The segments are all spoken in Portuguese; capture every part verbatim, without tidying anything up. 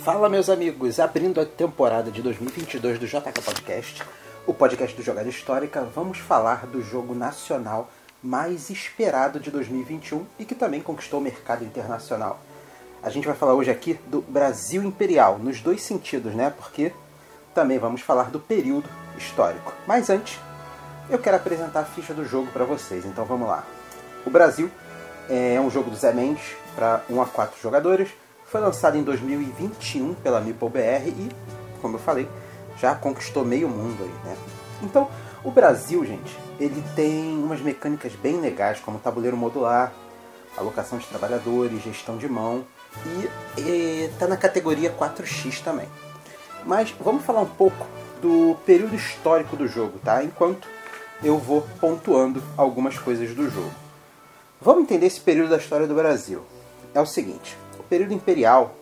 Fala, meus amigos, abrindo a temporada de dois mil e vinte e dois do J K Podcast, o podcast do Jogada Histórica, vamos falar do jogo nacional mais esperado de dois mil e vinte e um e que também conquistou o mercado internacional. A gente vai falar hoje aqui do Brasil Imperial, nos dois sentidos, né? Porque também vamos falar do período histórico. Mas antes, eu quero apresentar a ficha do jogo para vocês, então vamos lá. O Brasil é um jogo do Zé Mendes para um a quatro jogadores. Foi lançado em dois mil e vinte e um pela Meeple B R e, como eu falei, já conquistou meio mundo aí, né? Então, o Brasil, gente, ele tem umas mecânicas bem legais, como tabuleiro modular, alocação de trabalhadores, gestão de mão, e está na categoria quatro X também. Mas vamos falar um pouco do período histórico do jogo, tá? Enquanto eu vou pontuando algumas coisas do jogo. Vamos entender esse período da história do Brasil. É o seguinte, o período imperial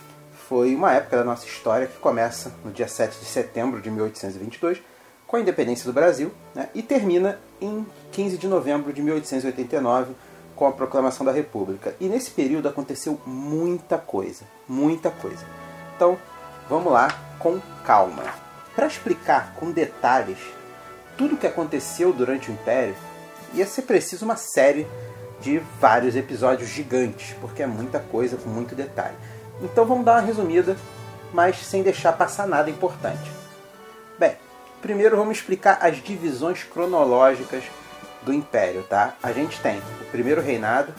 foi uma época da nossa história que começa no dia sete de setembro de mil oitocentos e vinte e dois, com a independência do Brasil, né, e termina em quinze de novembro de mil oitocentos e oitenta e nove, com a proclamação da República. E nesse período aconteceu muita coisa, muita coisa. Então, vamos lá com calma. Para explicar com detalhes tudo o que aconteceu durante o Império, ia ser preciso uma série de vários episódios gigantes, porque é muita coisa com muito detalhe. Então vamos dar uma resumida, mas sem deixar passar nada importante. Bem, primeiro vamos explicar as divisões cronológicas do Império, tá? A gente tem o primeiro reinado,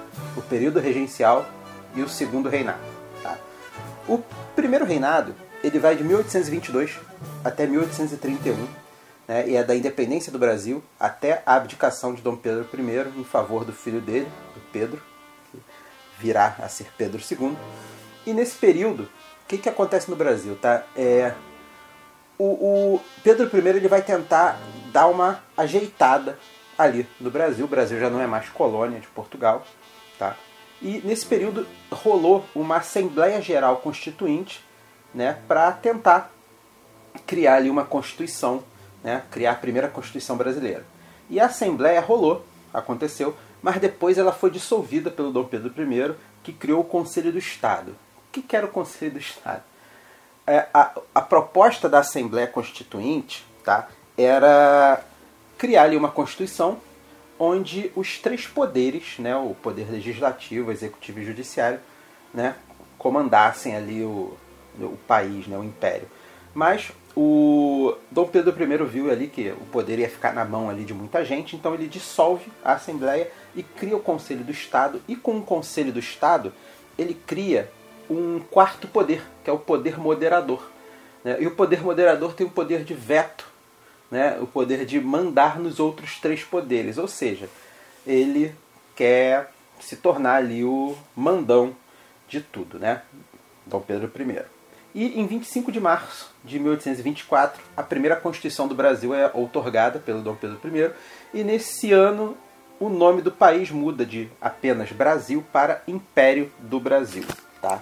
o período regencial e o segundo reinado, tá? O primeiro reinado, ele vai de mil oitocentos e vinte e dois até mil oitocentos e trinta e um, né, e é da independência do Brasil até a abdicação de Dom Pedro I em favor do filho dele, do Pedro, que virá a ser Pedro segundo. E nesse período, o que, que acontece no Brasil? Tá? É, o, o Pedro I ele vai tentar dar uma ajeitada ali no Brasil. O Brasil já não é mais colônia de Portugal. Tá? E nesse período rolou uma Assembleia Geral Constituinte, né, para tentar criar ali uma Constituição, né, criar a primeira Constituição brasileira. E a Assembleia rolou, aconteceu, mas depois ela foi dissolvida pelo Dom Pedro I, que criou o Conselho do Estado. O que, que era o Conselho do Estado? É, a, a proposta da Assembleia Constituinte, tá, era criar ali uma Constituição onde os três poderes, né, o poder legislativo, executivo e judiciário, né, comandassem ali o, o país, né, o Império. Mas o Dom Pedro I viu ali que o poder ia ficar na mão ali de muita gente, então ele dissolve a Assembleia e cria o Conselho do Estado, e com o Conselho do Estado ele cria um quarto poder, que é o poder moderador. Né? E o poder moderador tem o poder de veto, né? O poder de mandar nos outros três poderes, ou seja, ele quer se tornar ali o mandão de tudo, né? Dom Pedro I. E em vinte e cinco de março de mil oitocentos e vinte e quatro, a primeira Constituição do Brasil é outorgada pelo Dom Pedro I, e nesse ano o nome do país muda de apenas Brasil para Império do Brasil. Tá?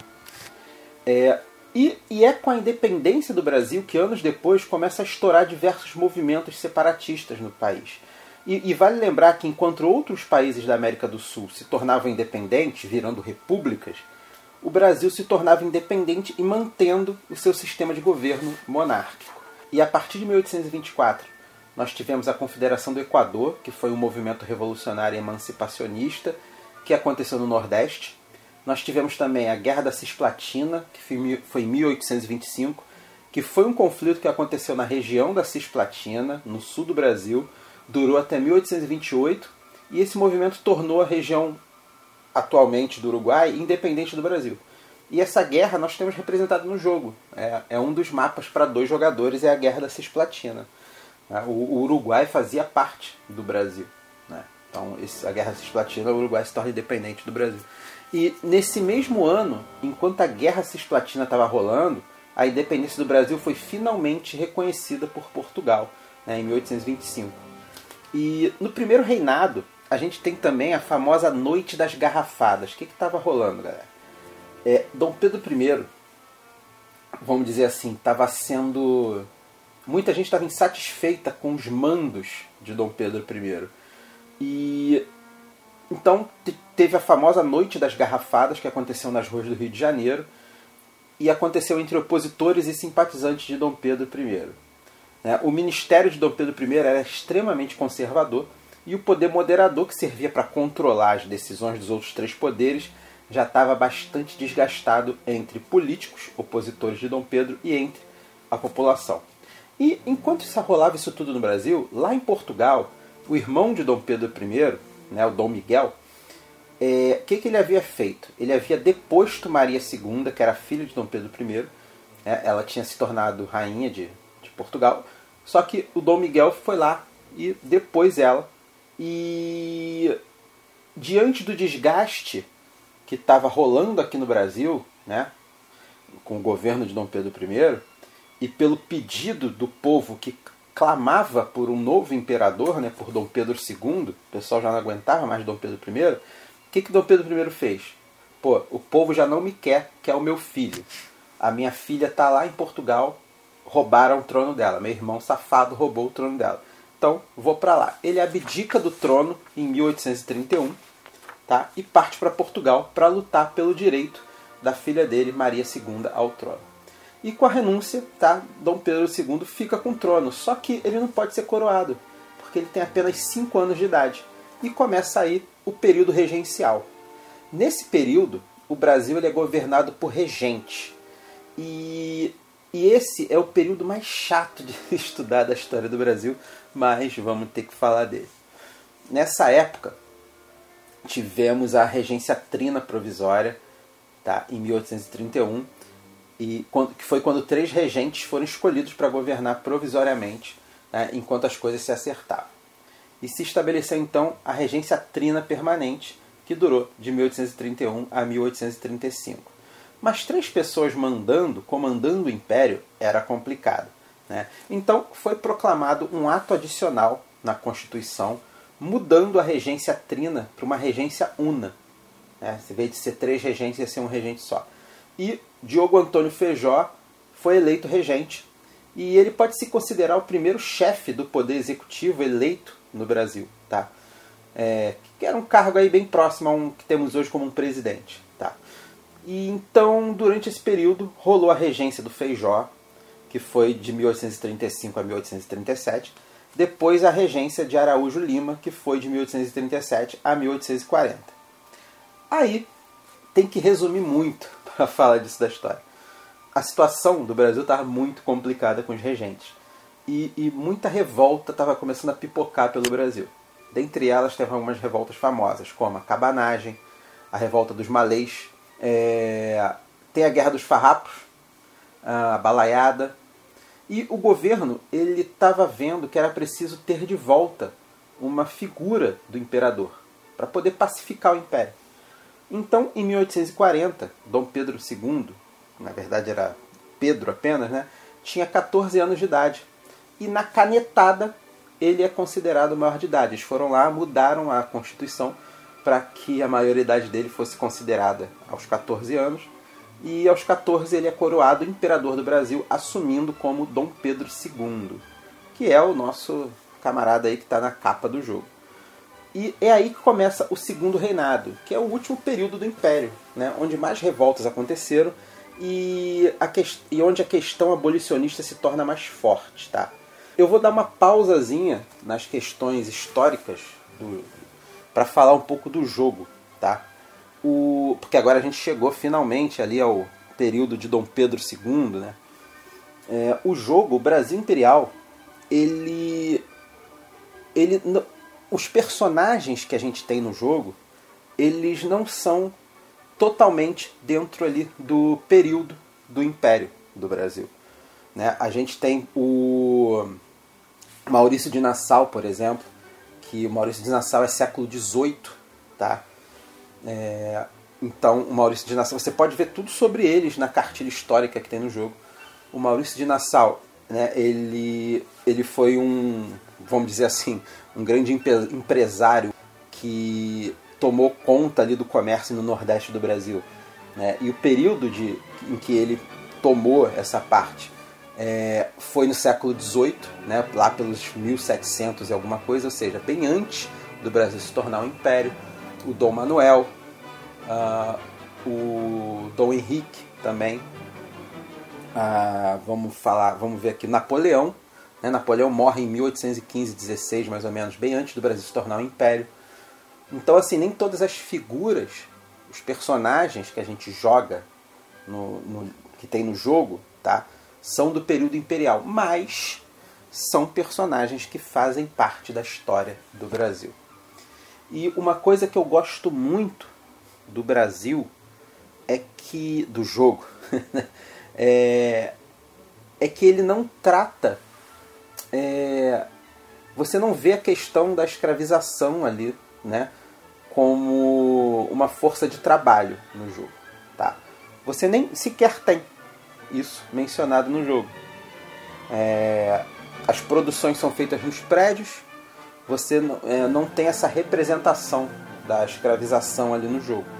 É, e, e é com a independência do Brasil que anos depois começa a estourar diversos movimentos separatistas no país. E, e vale lembrar que enquanto outros países da América do Sul se tornavam independentes, virando repúblicas, o Brasil se tornava independente e mantendo o seu sistema de governo monárquico. E a partir de mil oitocentos e vinte e quatro, nós tivemos a Confederação do Equador, que foi um movimento revolucionário e emancipacionista que aconteceu no Nordeste. Nós tivemos também a Guerra da Cisplatina, que foi em mil oitocentos e vinte e cinco, que foi um conflito que aconteceu na região da Cisplatina, no sul do Brasil, durou até mil oitocentos e vinte e oito, e esse movimento tornou a região atualmente do Uruguai independente do Brasil. E essa guerra nós temos representado no jogo. É, é um dos mapas para dois jogadores, é a Guerra da Cisplatina. O, o Uruguai fazia parte do Brasil. Né? Então esse, a Guerra da Cisplatina, o Uruguai se torna independente do Brasil. E nesse mesmo ano, enquanto a Guerra Cisplatina estava rolando, a independência do Brasil foi finalmente reconhecida por Portugal, né, em mil oitocentos e vinte e cinco. E no primeiro reinado, a gente tem também a famosa Noite das Garrafadas. O que estava rolando, galera? É, Dom Pedro I, vamos dizer assim, estava sendo... Muita gente estava insatisfeita com os mandos de Dom Pedro I. E então teve a famosa Noite das Garrafadas, que aconteceu nas ruas do Rio de Janeiro, e aconteceu entre opositores e simpatizantes de Dom Pedro I. O ministério de Dom Pedro I era extremamente conservador e o poder moderador, que servia para controlar as decisões dos outros três poderes, já estava bastante desgastado entre políticos, opositores de Dom Pedro, e entre a população. E enquanto isso rolava isso tudo no Brasil, lá em Portugal, o irmão de Dom Pedro I, né, o Dom Miguel, o é, que, que ele havia feito? Ele havia deposto Maria segunda, que era filha de Dom Pedro I, é, ela tinha se tornado rainha de, de Portugal, só que o Dom Miguel foi lá e depôs ela, e diante do desgaste que estava rolando aqui no Brasil, né, com o governo de Dom Pedro I, e pelo pedido do povo que clamava por um novo imperador, né, por Dom Pedro segundo, o pessoal já não aguentava mais Dom Pedro I, o que, que Dom Pedro I fez? Pô, o povo já não me quer, quer o meu filho. A minha filha está lá em Portugal, roubaram o trono dela. Meu irmão safado roubou o trono dela. Então, vou para lá. Ele abdica do trono em mil oitocentos e trinta e um, tá? E parte para Portugal para lutar pelo direito da filha dele, Maria segunda, ao trono. E com a renúncia, tá, Dom Pedro segundo fica com o trono. Só que ele não pode ser coroado, porque ele tem apenas cinco anos de idade. E começa aí o período regencial. Nesse período, o Brasil ele é governado por regente. E, e esse é o período mais chato de estudar da história do Brasil, mas vamos ter que falar dele. Nessa época, tivemos a regência trina provisória, tá, em mil oitocentos e trinta e um, e quando, que foi quando três regentes foram escolhidos para governar provisoriamente, né, enquanto as coisas se acertavam. E se estabeleceu então a regência trina permanente, que durou de mil oitocentos e trinta e um a mil oitocentos e trinta e cinco. Mas três pessoas mandando, comandando o império, era complicado, né? Então foi proclamado um ato adicional na Constituição, mudando a regência trina para uma regência una, né? Em vez de ser três regentes, ia ser um regente só. E Diogo Antônio Feijó foi eleito regente, e ele pode se considerar o primeiro chefe do poder executivo eleito no Brasil, tá? É, que era um cargo aí bem próximo a um que temos hoje como um presidente, tá? E então, durante esse período, rolou a regência do Feijó, que foi de mil oitocentos e trinta e cinco a mil oitocentos e trinta e sete, depois a regência de Araújo Lima, que foi de mil oitocentos e trinta e sete a mil oitocentos e quarenta. Aí, tem que resumir muito para falar disso da história. A situação do Brasil estava muito complicada com os regentes. E, e muita revolta estava começando a pipocar pelo Brasil. Dentre elas, teve algumas revoltas famosas, como a cabanagem, a revolta dos malês, é... tem a Guerra dos Farrapos, a balaiada. E o governo ele estava vendo que era preciso ter de volta uma figura do imperador, para poder pacificar o império. Então, em mil oitocentos e quarenta, Dom Pedro segundo, na verdade era Pedro apenas, né, tinha catorze anos de idade. E na canetada ele é considerado maior de idade. Eles foram lá, mudaram a Constituição para que a maioridade dele fosse considerada aos catorze anos. E aos catorze ele é coroado imperador do Brasil, assumindo como Dom Pedro segundo, que é o nosso camarada aí que está na capa do jogo. E é aí que começa o segundo reinado, que é o último período do Império, né, onde mais revoltas aconteceram e, a que... e onde a questão abolicionista se torna mais forte, tá? Eu vou dar uma pausazinha nas questões históricas do... para falar um pouco do jogo, tá? O... Porque agora a gente chegou finalmente ali ao período de Dom Pedro segundo, né? É, o jogo, o Brasil Imperial, ele... ele... os personagens que a gente tem no jogo, eles não são totalmente dentro ali do período do Império do Brasil, né? A gente tem o Maurício de Nassau, por exemplo, que o Maurício de Nassau é século dezoito, tá? É, então, o Maurício de Nassau, você pode ver tudo sobre eles na cartilha histórica que tem no jogo. O Maurício de Nassau, né, ele, ele foi um, vamos dizer assim, um grande empresário que tomou conta ali do comércio no Nordeste do Brasil, né? E o período de, em que ele tomou essa parte é, foi no século dezoito, né, lá pelos mil e setecentos e alguma coisa, ou seja, bem antes do Brasil se tornar um império. O Dom Manuel, uh, o Dom Henrique também, Ah, vamos falar, vamos ver aqui, Napoleão. Né? Napoleão morre em mil oitocentos e quinze, dezesseis, mais ou menos, bem antes do Brasil se tornar um império. Então, assim, nem todas as figuras, os personagens que a gente joga, no, no, que tem no jogo, tá, são do período imperial, mas são personagens que fazem parte da história do Brasil. E uma coisa que eu gosto muito do Brasil é que, do jogo, é, é que ele não trata, é, você não vê a questão da escravização ali, né, como uma força de trabalho no jogo, tá? Você nem sequer tem isso mencionado no jogo. É, as produções são feitas nos prédios, você não, é, não tem essa representação da escravização ali no jogo.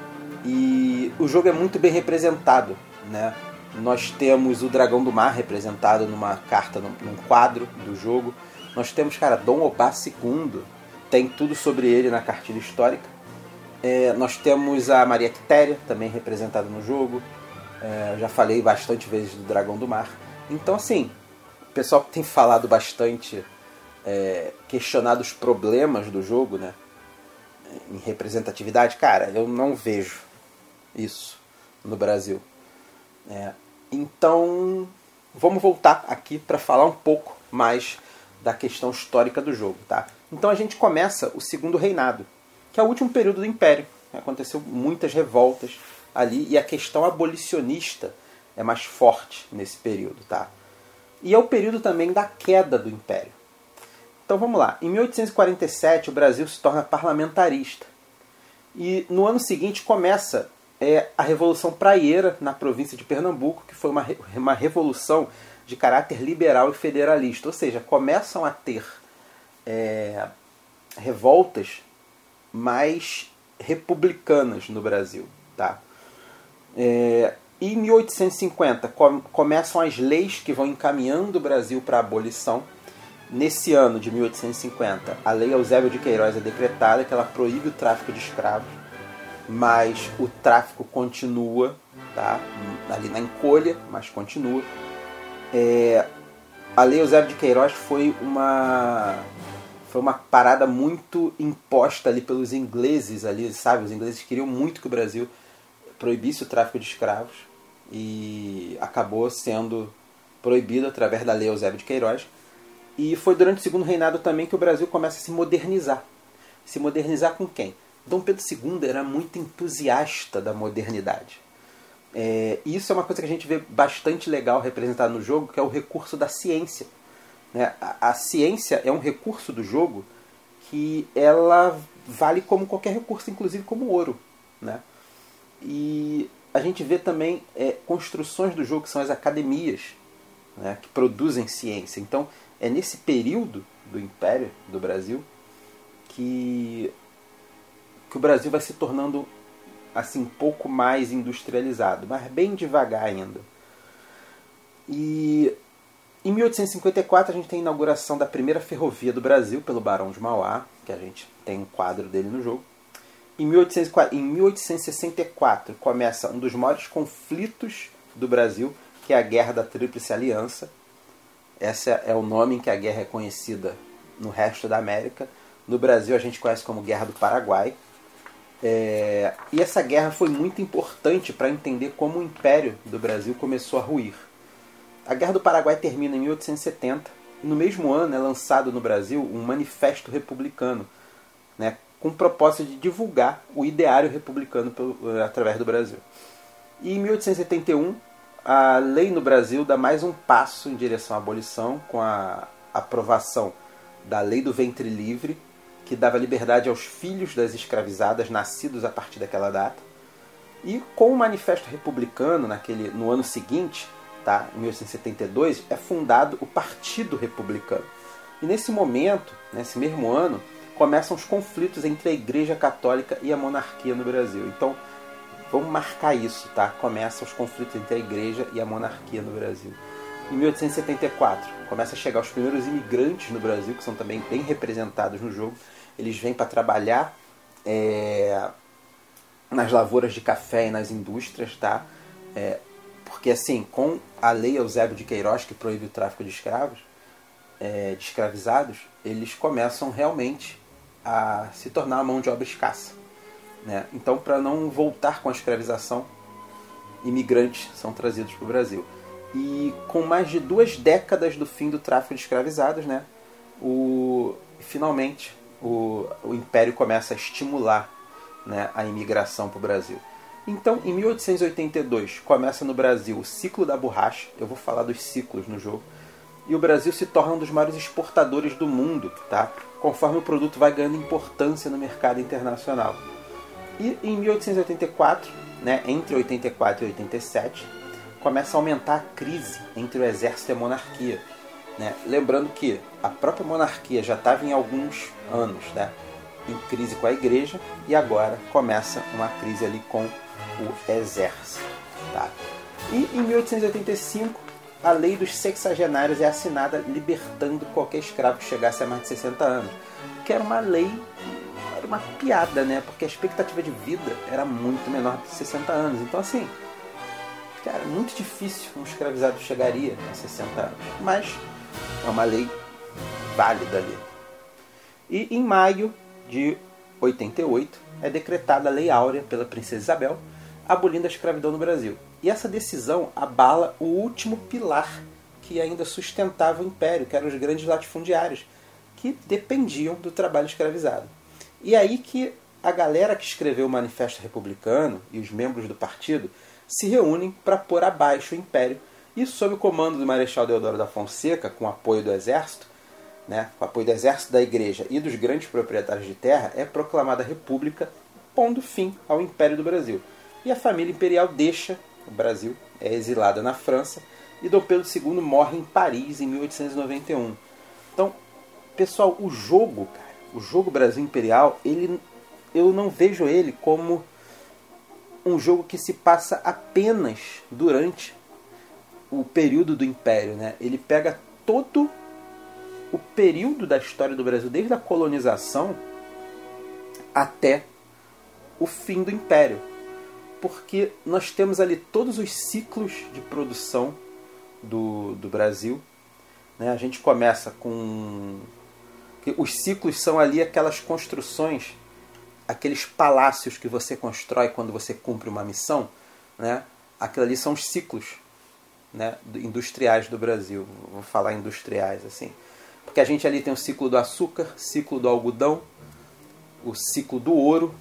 E o jogo é muito bem representado, né? Nós temos o Dragão do Mar representado numa carta, num, num quadro do jogo. Nós temos, cara, Dom Obá segundo, tem tudo sobre ele na cartilha histórica. É, nós temos a Maria Quitéria, também representada no jogo. É, já falei bastante vezes do Dragão do Mar. Então, assim, o pessoal tem falado bastante, é, questionado os problemas do jogo, né, em representatividade. Cara, eu não vejo isso no Brasil. É, então, vamos voltar aqui para falar um pouco mais da questão histórica do jogo, tá? Então a gente começa o Segundo Reinado, que é o último período do Império. Aconteceu muitas revoltas ali e a questão abolicionista é mais forte nesse período, tá? E é o período também da queda do Império. Então vamos lá. Em mil oitocentos e quarenta e sete o Brasil se torna parlamentarista. E no ano seguinte começa é, a Revolução Praieira na província de Pernambuco, que foi uma, uma revolução de caráter liberal e federalista. Ou seja, começam a ter é, revoltas mais republicanas no Brasil, tá? É, em mil oitocentos e cinquenta com, começam as leis que vão encaminhando o Brasil para a abolição. Nesse ano de mil oitocentos e cinquenta, a Lei Eusébio de Queiroz é decretada, que ela proíbe o tráfico de escravos, mas o tráfico continua, tá? Ali na encolha, mas continua. É, a Lei Eusébio de Queiroz foi uma, foi uma parada muito imposta ali pelos ingleses, ali, sabe? Os ingleses queriam muito que o Brasil proibisse o tráfico de escravos e acabou sendo proibido através da Lei Eusébio de Queiroz. E foi durante o Segundo Reinado também que o Brasil começa a se modernizar. Se modernizar com quem? Dom Pedro segundo era muito entusiasta da modernidade. É, e isso é uma coisa que a gente vê bastante legal representada no jogo, que é o recurso da ciência. Né? A, a ciência é um recurso do jogo que ela vale como qualquer recurso, inclusive como ouro. Né? E a gente vê também é, construções do jogo, que são as academias, né, que produzem ciência. Então, é nesse período do Império do Brasil que, que o Brasil vai se tornando assim, um pouco mais industrializado, mas bem devagar ainda. E em mil oitocentos e cinquenta e quatro a gente tem a inauguração da primeira ferrovia do Brasil pelo Barão de Mauá, que a gente tem um quadro dele no jogo. Em mil oitocentos e sessenta e quatro começa um dos maiores conflitos do Brasil, que é a Guerra da Tríplice Aliança. Esse é o nome em que a guerra é conhecida no resto da América. No Brasil a gente conhece como Guerra do Paraguai. É... E essa guerra foi muito importante para entender como o Império do Brasil começou a ruir. A Guerra do Paraguai termina em mil oitocentos e setenta. E no mesmo ano é lançado no Brasil um manifesto republicano, né, com o propósito de divulgar o ideário republicano pelo, através do Brasil. E em mil oitocentos e setenta e um, a lei no Brasil dá mais um passo em direção à abolição, com a aprovação da Lei do Ventre Livre, que dava liberdade aos filhos das escravizadas nascidos a partir daquela data. E com o Manifesto Republicano, naquele, no ano seguinte, tá, em mil oitocentos e setenta e dois, é fundado o Partido Republicano. E nesse momento, nesse mesmo ano, começam os conflitos entre a Igreja Católica e a monarquia no Brasil. Então, vamos marcar isso, tá? Começam os conflitos entre a Igreja e a monarquia no Brasil. Em mil oitocentos e setenta e quatro, começa a chegar os primeiros imigrantes no Brasil, que são também bem representados no jogo. Eles vêm para trabalhar é, nas lavouras de café e nas indústrias, tá? É, Porque assim, com a lei Eusébio de Queiroz, que proíbe o tráfico de escravos, é, de escravizados, eles começam realmente a se tornar uma mão de obra escassa, né? Então, para não voltar com a escravização, imigrantes são trazidos para o Brasil. E com mais de duas décadas do fim do tráfico de escravizados, né, o, finalmente o, o Império começa a estimular, né, a imigração para o Brasil. Então, em mil oitocentos e oitenta e dois, começa no Brasil o ciclo da borracha. Eu vou falar dos ciclos no jogo. E o Brasil se torna um dos maiores exportadores do mundo, tá? Conforme o produto vai ganhando importância no mercado internacional. E em mil oitocentos e oitenta e quatro, né, entre oitenta e quatro e oitenta e sete, começa a aumentar a crise entre o exército e a monarquia, né? Lembrando que a própria monarquia já estava em alguns anos, né, em crise com a igreja, e agora começa uma crise ali com o exército, tá? E em mil oitocentos e oitenta e cinco, a lei dos sexagenários é assinada, libertando qualquer escravo que chegasse a mais de sessenta anos, que era uma lei, era uma piada, né? Porque a expectativa de vida era muito menor de sessenta anos. Então, assim, cara, muito difícil um escravizado chegaria a sessenta anos, mas é uma lei válida ali. E em maio de oitenta e oito é decretada a Lei Áurea pela Princesa Isabel, abolindo a escravidão no Brasil. E essa decisão abala o último pilar que ainda sustentava o Império, que eram os grandes latifundiários, que dependiam do trabalho escravizado. E aí que a galera que escreveu o Manifesto Republicano e os membros do partido se reúnem para pôr abaixo o Império, e sob o comando do Marechal Deodoro da Fonseca, com apoio do Exército, né, com apoio do Exército, da Igreja e dos grandes proprietários de terra, é proclamada a República, pondo fim ao Império do Brasil. E a família imperial deixa o Brasil, é exilada na França, e Dom Pedro segundo morre em Paris em mil oitocentos e noventa e um. Então, pessoal, o jogo, cara, o jogo Brasil Imperial, ele, eu não vejo ele como um jogo que se passa apenas durante o período do Império, né? Ele pega todo o período da história do Brasil, desde a colonização até o fim do Império. Porque nós temos ali todos os ciclos de produção do, do Brasil, né? A gente começa com... Os ciclos são ali aquelas construções, aqueles palácios que você constrói quando você cumpre uma missão, né? Aquilo ali são os ciclos, né, industriais do Brasil. Vou falar industriais assim. Porque a gente ali tem o ciclo do açúcar, ciclo do algodão, o ciclo do ouro,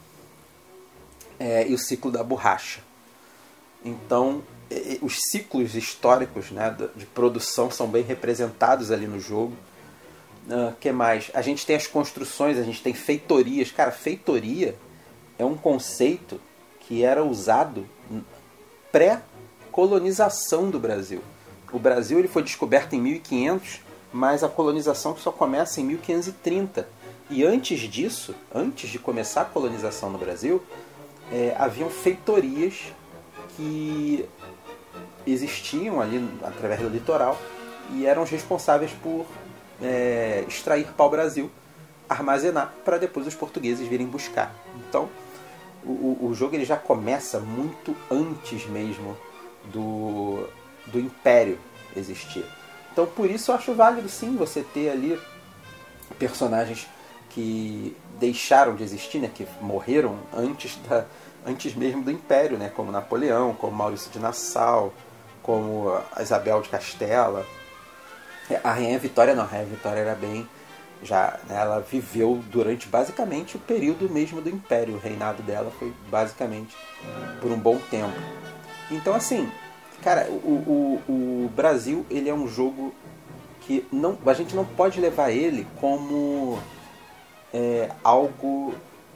É, e o ciclo da borracha. Então, os ciclos históricos, né, de produção são bem representados ali no jogo. O uh, que mais? A gente tem as construções, a gente tem feitorias. Cara, feitoria é um conceito que era usado pré-colonização do Brasil. O Brasil ele foi descoberto em mil e quinhentos, mas a colonização só começa em mil quinhentos e trinta. E antes disso, antes de começar a colonização no Brasil, É, haviam feitorias que existiam ali através do litoral e eram responsáveis por é, extrair pau-brasil, armazenar para depois os portugueses virem buscar. Então o, o jogo ele já começa muito antes mesmo do, do Império existir. Então por isso eu acho válido sim você ter ali personagens que deixaram de existir, né, que morreram antes, da, antes mesmo do Império, né, como Napoleão, como Maurício de Nassau, como a Isabel de Castela. A Rainha Vitória não, a Rainha Vitória era bem... já, né, ela viveu durante basicamente o período mesmo do Império. O reinado dela foi basicamente por um bom tempo. Então assim, cara, o, o, o Brasil ele é um jogo que não, a gente não pode levar ele como... É, algo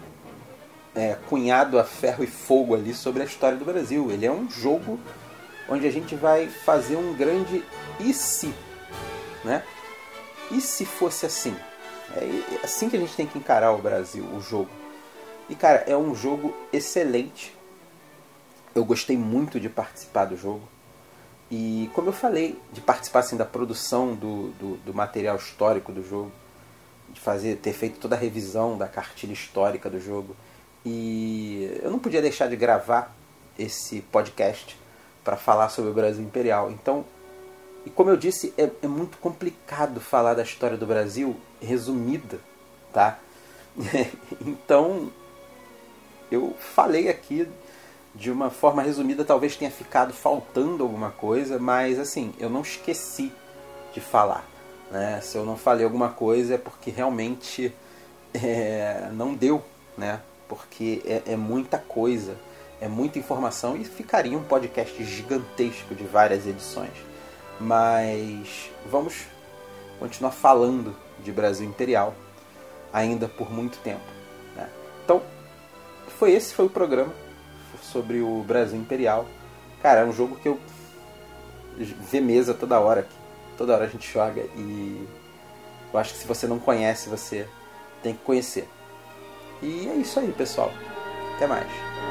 é, cunhado a ferro e fogo ali sobre a história do Brasil. Ele é um jogo onde a gente vai fazer um grande e se, né? E se fosse assim? É assim que a gente tem que encarar o Brasil, o jogo. E cara, é um jogo excelente. Eu gostei muito de participar do jogo. E como eu falei, de participar assim, da produção do, do, do material histórico do jogo, de fazer, ter feito toda a revisão da cartilha histórica do jogo. E eu não podia deixar de gravar esse podcast, para falar sobre o Brasil Imperial. Então, e como eu disse, é, é muito complicado falar da história do Brasil resumida, tá? Então, eu falei aqui de uma forma resumida, talvez tenha ficado faltando alguma coisa, mas assim, eu não esqueci de falar, né? Se eu não falei alguma coisa é porque realmente é, não deu, né? Porque é, é muita coisa, é muita informação e ficaria um podcast gigantesco de várias edições. Mas vamos continuar falando de Brasil Imperial ainda por muito tempo, né? Então, foi esse foi o programa sobre o Brasil Imperial. Cara, é um jogo que eu vê mesa toda hora aqui. Toda hora a gente joga e eu acho que se você não conhece, você tem que conhecer. E é isso aí, pessoal. Até mais.